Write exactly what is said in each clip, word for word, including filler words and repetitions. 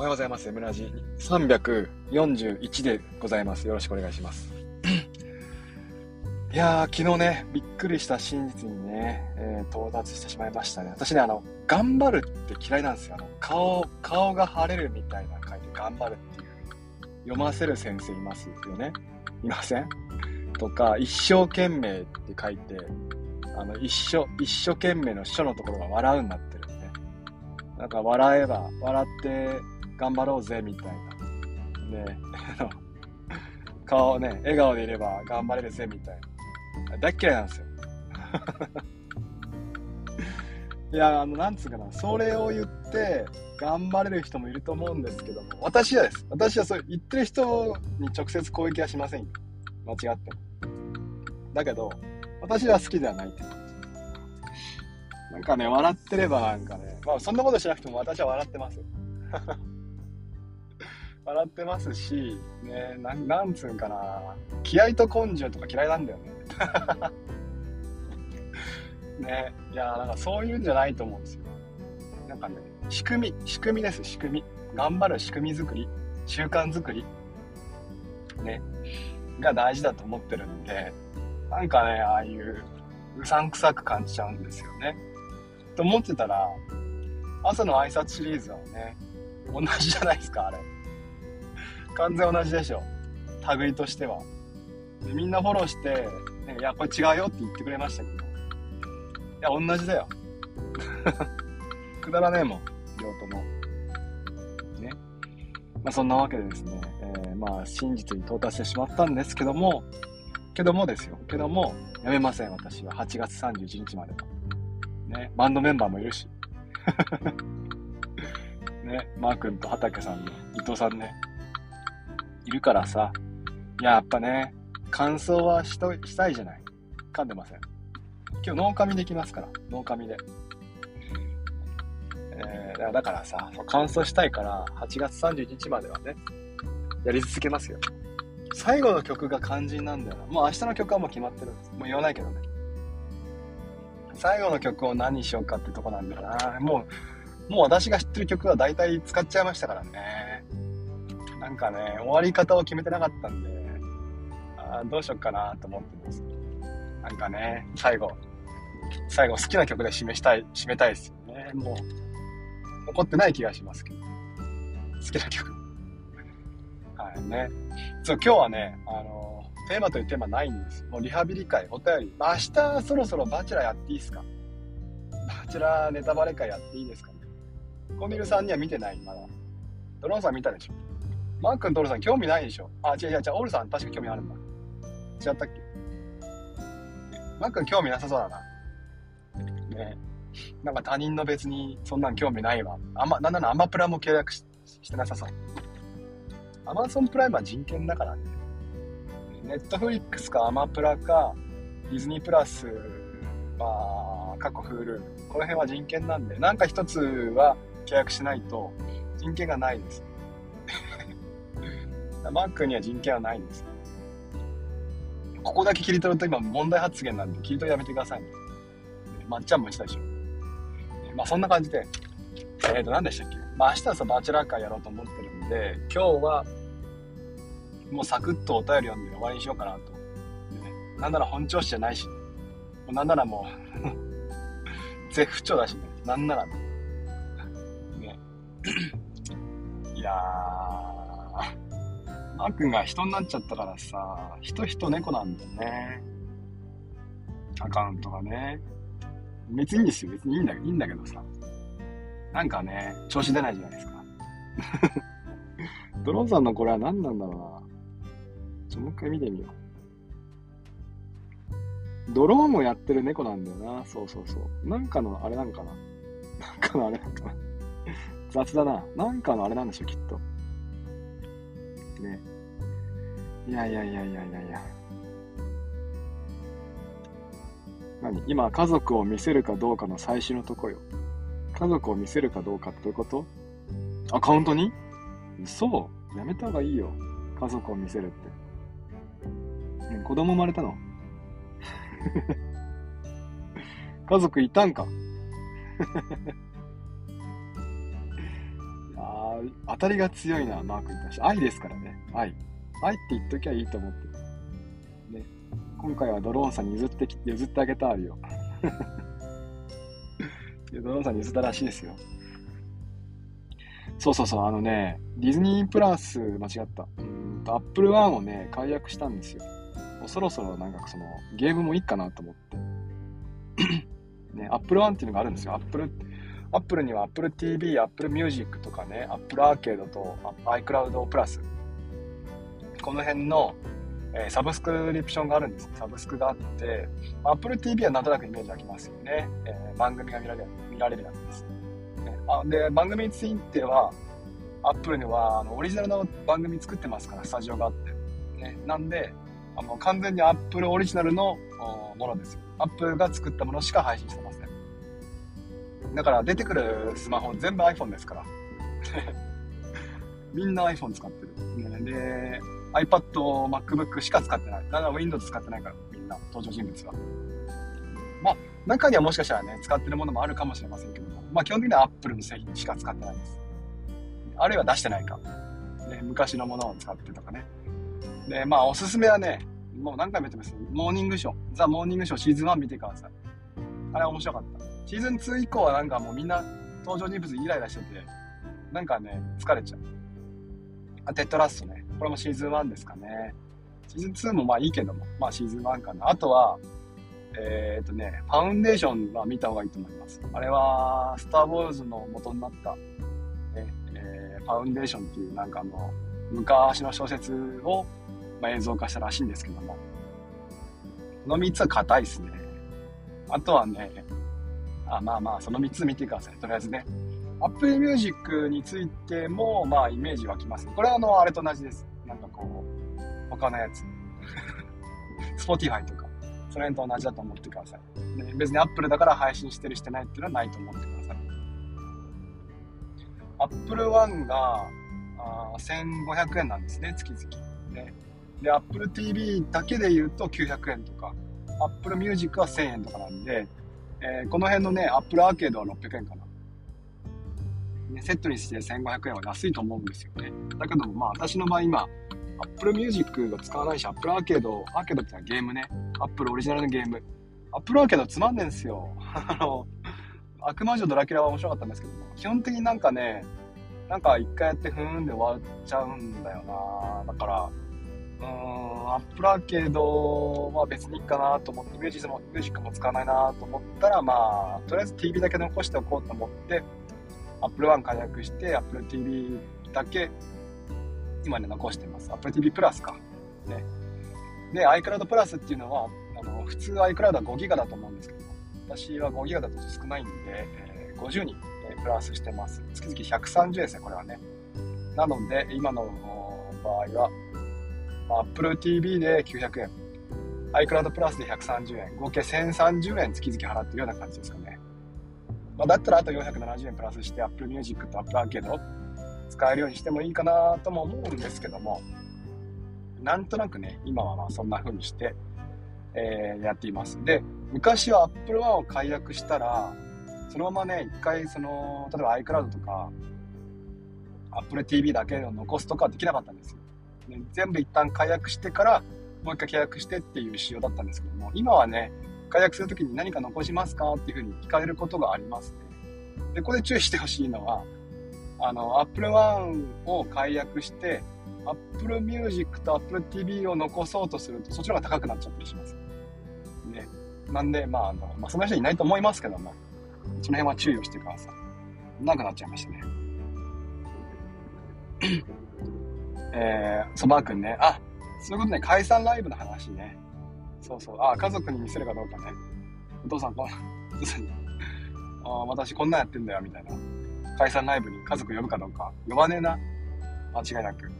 おはようございます。エムラジさんびゃくよんじゅういちでございます。よろしくお願いします。いやー、昨日ね、びっくりした真実にね、えー、到達してしまいましたね。私ね、あの、頑張るって嫌いなんですよ。あの、顔、顔が晴れるみたいな書いて頑張るっていう読ませる先生いますよね。いません？とか、一生懸命って書いて、あの、一生、一生懸命の書のところが笑うになってるんで、なんか笑えば、笑って頑張ろうぜみたいな。ね、顔ね、笑顔でいれば頑張れるぜみたいな。大っ嫌いなんですよ。いや、あの、なんつうかな、それを言って頑張れる人もいると思うんですけども、私はです。私はそう言ってる人に直接攻撃はしませんよ。間違っても。だけど、私は好きではないって。なんかね、笑ってればなんかね、まあそんなことしなくても私は笑ってます。笑ってますし、ね、な、なんつうんかな、気合と根性とか嫌いなんだよね。ね、いや、なんかそういうんじゃないと思うんですよ。なんかね、仕組み、仕組みです、仕組み。頑張る仕組み作り、習慣作り、ね、が大事だと思ってるんで、なんかね、ああいううさんくさく感じちゃうんですよね。と思ってたら、朝の挨拶シリーズはね、同じじゃないですか、あれ。完全同じでしょ。類としては。でみんなフォローして、ね、いや、これ違うよって言ってくれましたけど、いや、同じだよ。くだらねえもん、両方とも。ね。まあ、そんなわけでですね、えー、まあ、真実に到達してしまったんですけども、けどもですよ、けども、やめません、私は。はちがつさんじゅういちにちまでは。ね、バンドメンバーもいるし。ね、マー君と畑さんね、伊藤さんね、いるからさ、いや、やっぱね、感想はしとしたいじゃない。噛んでません。今日農家見できますから、農家見で。えー、だからさ、感想したいから、はちがつさんじゅういちにちまではね、やり続けますよ。最後の曲が肝心なんだよな。もう明日の曲はもう決まってるんです。もう言わないけどね。最後の曲を何にしようかってとこなんだよな。もう、もう私が知ってる曲は大体使っちゃいましたからね。なんかね、終わり方を決めてなかったんで、あどうしようかなと思ってます。なんかね、最後、最後好きな曲で締めしたい、締めたいですよね。もう、残ってない気がしますけど。好きな曲。はいね。そう、今日はね、あの、テーマというテーマないんです。もうリハビリ会、お便り。明日そろそろバチェラーやっていいですか？バチェラーネタバレ会やっていいですかね？コミルさんには見てない、まだ。ドローンさん見たでしょ？マー君とオルさん興味ないでしょ？あ、違う違う違う、オルさん確か興味あるんだ。違ったっけ？マー君興味なさそうだな。ね。なんか他人の別にそんなん興味ないわ。あんま、なんならアマプラも契約 し, してなさそう。アマゾンプライムは人権だからね。ネットフリックスかアマプラかディズニープラス、まあ、過去フール、この辺は人権なんで、なんか一つは契約しないと人権がないです。マークには人権はないんです。ここだけ切り取ると今問題発言なんで切り取りやめてくださいね。まっちゃんもしたでしょ。まあそんな感じで、えーと何でしたっけ。まあ明日はさバチェラー会やろうと思ってるんで、今日はもうサクッとお便り読んで終わりにしようかなと。ね、なんなら本調子じゃないし、なんならもう絶不調だしね。なんならね。ねいやー、マー君が人になっちゃったからさ、人人猫なんだよね。アカウントがね。別にいいんですよ。別にいいんだ、いいんだけどさ。なんかね、調子出ないじゃないですか。ドローンさんのこれは何なんだろうな。ちょ、もう一回見てみよう。ドローンもやってる猫なんだよな。そうそうそう。なんかのあれなんかな。なんかのあれなんかな。雑だな。なんかのあれなんでしょう、きっと。ね。いやいやいやいやいやいや。何？今、家族を見せるかどうかの最終のとこよ。家族を見せるかどうかってどういうこと？アカウントに？嘘？やめた方がいいよ。家族を見せるって。うん、子供生まれたの？家族いたんか？やー、当たりが強いな、マークに対して。愛ですからね。愛。愛って言っときゃいいと思ってる。ね。今回はドローンさんに譲ってき、譲ってあげたあるよ。ドローンさんに譲ったらしいですよ。そうそうそう、あのね、ディズニープラス、間違った。うんと、アップルワンをね、解約したんですよ。もうそろそろなんかその、ゲームもいいかなと思って。ね、アップルワンっていうのがあるんですよ。アップル、アップルには Apple ティーブイ、Apple Music とかね、Apple Arcade と iCloud プラス。この辺の、えー、サブスクリプションがあるんです。サブスクがあって、Apple ティーブイ はなんとなくイメージ湧きますよね。えー、番組が見られる、見られるやつです。ね、あで、番組については、Apple にはあのオリジナルの番組作ってますから、スタジオがあって。ね、なんで、あの完全に Apple オリジナルのものですよ。Apple が作ったものしか配信してません。だから出てくるスマホ全部 iPhone ですから。みんな iPhone 使ってる。ね、で、iPad、MacBook しか使ってない。だから Windows 使ってないから、みんな、登場人物は。まあ、中にはもしかしたらね、使ってるものもあるかもしれませんけども、まあ基本的には Apple の製品しか使ってないです。あるいは出してないか。ね、昔のものを使ってとかね。で、まあおすすめはね、もう何回も言ってます。モーニングショー。ザ・モーニングショーシーズンワン見てください。あれ面白かった。シーズンツー以降はなんかもうみんな登場人物イライラしてて、なんかね、疲れちゃう。あ、テッドラストね。これもシーズンワンですかね。シーズンツーもまあいいけども、まあシーズンワンかな。あとは、えーっとね、ファウンデーションは見た方がいいと思います。あれは、スター・ウォーズの元になった、ねえー、ファウンデーションっていうなんかあの、昔の小説を、まあ、映像化したらしいんですけども、このみっつは硬いですね。あとはね、あまあまあ、そのみっつ見てください。とりあえずね。Apple Music についても、まあ、イメージ湧きます。これはあの、あれと同じです。なんかこう、他のやつ。Spotify とか、その辺と同じだと思ってください。ね、別に Apple だから配信してるしてないっていうのはないと思ってください。Apple One があせんごひゃくえんなんですね、月々。ね、で、Apple ティーブイ だけで言うときゅうひゃくえんとか、Apple Music はせんえんとかなんで、えー、この辺のね、Apple Arcade はろっぴゃくえんかな。ね、セットにしてせんごひゃくえんは安いと思うんですよね。だけども、まあ私の場合今、Apple Music が使わないし、Apple Arcade、Arcade ってのはゲームね。Apple オリジナルのゲーム。Apple Arcade つまんねんすよ。あの、悪魔女ドラキュラは面白かったんですけども、基本的になんかね、なんか一回やってふーんで終わっちゃうんだよな。だから、うーん、Apple Arcade は別にいいかなと思って、ミュージックも、ミュージックも使わないなと思ったら、まあ、とりあえず ティーブイ だけ残しておこうと思って、Apple One 解約して、Apple ティーブイ だけ、今ね、残してます。Apple ティーブイ プラスか。ね。で、iCloud プラスっていうのは、あの、普通 iCloud はごギガだと思うんですけども、私はごギガだと少ないんで、えー、ごじゅうに、えー、プラスしてます。月々ひゃくさんじゅうえんですね、これはね。なので、今の場合は、Apple ティーブイ できゅうひゃくえん、iCloud プラスでひゃくさんじゅうえん、合計せんさんじゅうえん月々払ってるような感じですかね。まあ、だったらあとよんひゃくななじゅうえんプラスして Apple Music と Apple Arcade 使えるようにしてもいいかなとも思うんですけども、なんとなくね、今はまあそんな風にして、えー、やっています。で、昔は Apple One を解約したら、そのままね、一回その、例えば iCloud とか Apple ティーブイ だけを残すとかできなかったんですよ。ね、全部一旦解約してからもう一回契約してっていう仕様だったんですけども、今はね、解約するときに何か残しますかっていうふうに聞かれることがありますね。で、ここで注意してほしいのは、あの、Apple One を解約して、Apple Music と Apple ティーブイ を残そうとすると、そっちの方が高くなっちゃったりします。ね。なんで、まあ、あの、まあ、その人いないと思いますけども、その辺は注意をしてください。長くなっちゃいましたね。えー、そばくんね。あ、そういうことね、解散ライブの話ね。そうそう。あ、家族に見せるかどうかね。お父さん、こお父さんに、あ、私こんなんやってんだよ、みたいな。解散ライブに家族呼ぶかどうか。呼ばねえな。間違いなく。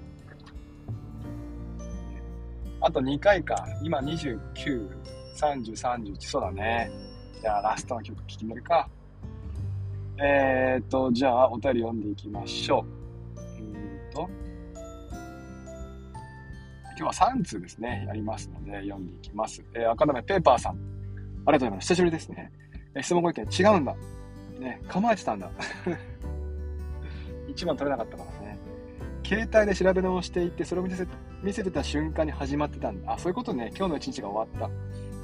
あとにかいか。今にじゅうきゅう、さんじゅう、さんじゅういち。そうだね。じゃあラストの曲聴きめるか。えーっと、じゃあお便り読んでいきましょう。うーんと。今日はさん通ですね。やりますので読んでいきます。えー、赤ダメペーパーさん。ありがとうございます。久しぶりですね。えー、質問ご意見違うんだ。ね、構えてたんだ。 一番取れなかったからね。携帯で調べ直していってそれを見せ見せてた瞬間に始まってたんだ。あ、そういうことね。今日の一日が終わった。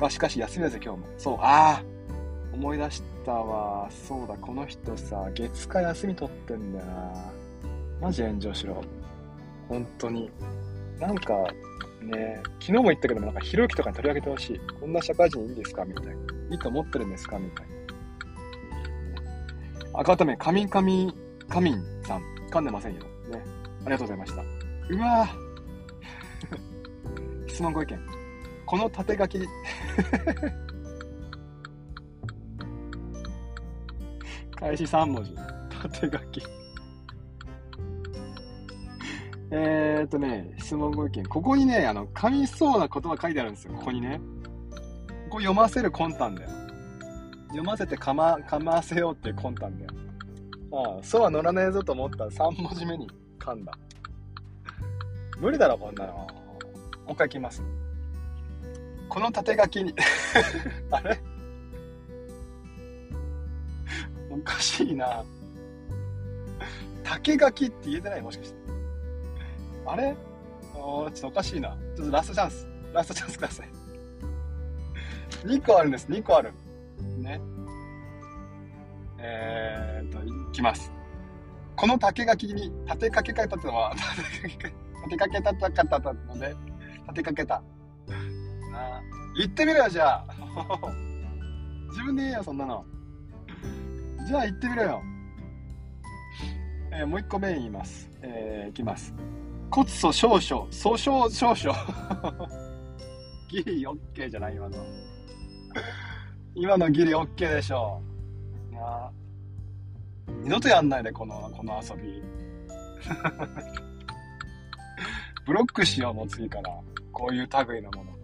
がしかし休みだぜ今日も。そう、ああ思い出したわ。そうだ、この人さ月火休み取ってんだよな。マジ炎上しろ。本当に。なんかね、昨日も言ったけども、なんかひろゆきとかに取り上げてほしい。こんな社会人いいんですかみたいな。いいと思ってるんですかみたいな。赤ため、カミンカミン、カミンさん。噛んでませんよ。ね。ありがとうございました。うわぁ。質問ご意見。この縦書き。開始さん文字。縦書き。えーっとね、質問ご意見。ここにね、あの、噛みそうな言葉書いてあるんですよ。ここにね。ここ読ませる魂胆だよ。読ませてかま、かませようっていう魂胆だよ。ああ、そうは乗らねえぞと思ったらさん文字目に噛んだ。無理だろ、こんなの。もう一回いきます。この縦書きに、あれおかしいな。竹書きって言えてない？もしかして。あれおー、ちょっとおかしいな。ちょっとラストチャンス。ラストチャンスください。にこあるんです。にこある。ね。えーっと、いきます。この竹書きに、立てかけたのは、立てかけたかったので、立てかけた。なあ、言ってみろよ、じゃあ。自分で言えよ、そんなの。じゃあ言ってみろよ。えー、もう一個目言います。えー、いきます。骨粗しょう症、粗小少々。ギリ OK じゃない今の。今のギリ OK でしょ。なあ、二度とやんないでこのこの遊び。ブロックしようもう次からこういう類のもの。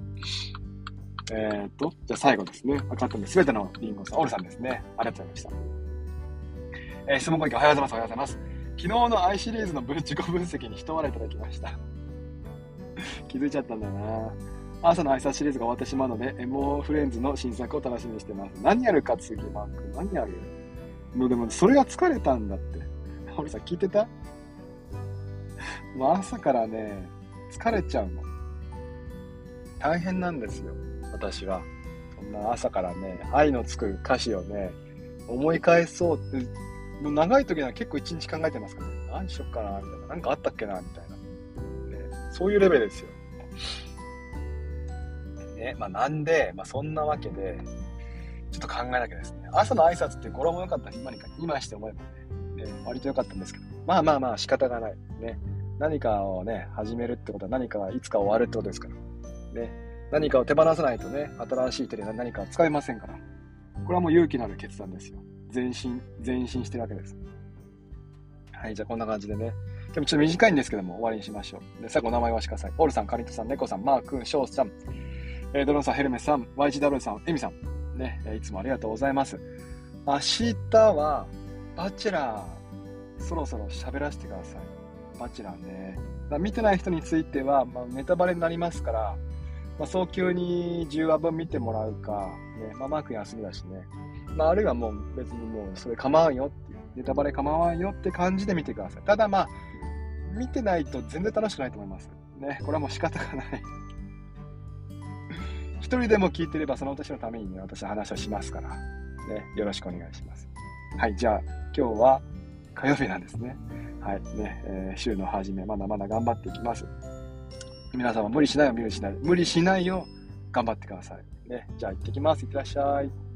えーっとじゃあ最後ですね。赤とめすべてのリンゴさん、オルさんですね。ありがとうございました。えー、質問ご意見おはようございます。おはようございます。昨日の アイ シリーズの自己分析に一笑いいただきました。気づいちゃったんだよな。朝の挨拶シリーズが終わってしまうので、エモフレンズの新作を楽しみにしてます。何やるか次、マーク。何やる？もうでも、それが疲れたんだって。俺さ、聞いてた？もう朝からね、疲れちゃうの。大変なんですよ、私は。そんな朝からね、愛のつく歌詞をね、思い返そうって、もう長い時には結構一日考えてますからね。何しよっかなみたいな。なんかあったっけなみたいな、ね。そういうレベルですよ。ね、まあなんで、まあそんなわけで、ちょっと考えなきゃですね。朝の挨拶って語呂も良かった今にか、今して思えばね、ね、割と良かったんですけど。まあまあまあ仕方がない。ね。何かをね、始めるってことは何かがいつか終わるってことですから。ね。何かを手放さないとね、新しい手で何かを使えませんから。これはもう勇気のある決断ですよ。前進、前進してるわけです。はい、じゃあこんな感じでね。でもちょっと短いんですけども、終わりにしましょう。で、最後お名前をお待ちください。オールさん、カリットさん、ネコさん、マー君、ショウさん、えー、ドロンさん、ヘルメスさん、ワイジーダブリュー さん、エミさん、ね、えー、いつもありがとうございます。明日は、バチェラー、そろそろ喋らせてください。バチェラーね。だ見てない人については、まあ、ネタバレになりますから、まあ、早急にじゅうわぶん見てもらうか、ね、まあ、マー君休みだしね。まあ、あるいはもう別にもうそれ構わんよっていう、ネタバレ構わんよって感じで見てください。ただまあ、見てないと全然楽しくないと思います。ね、これはもう仕方がない。一人でも聞いてればその私のためにね、私は話をしますから、ね、よろしくお願いします。はい、じゃあ今日は火曜日なんですね。はい、ね、えー、週の初め、まだまだ頑張っていきます。皆さんも無理しないよ、無理しない。無理しないよ、頑張ってください。ね、じゃあ行ってきます。いってらっしゃい。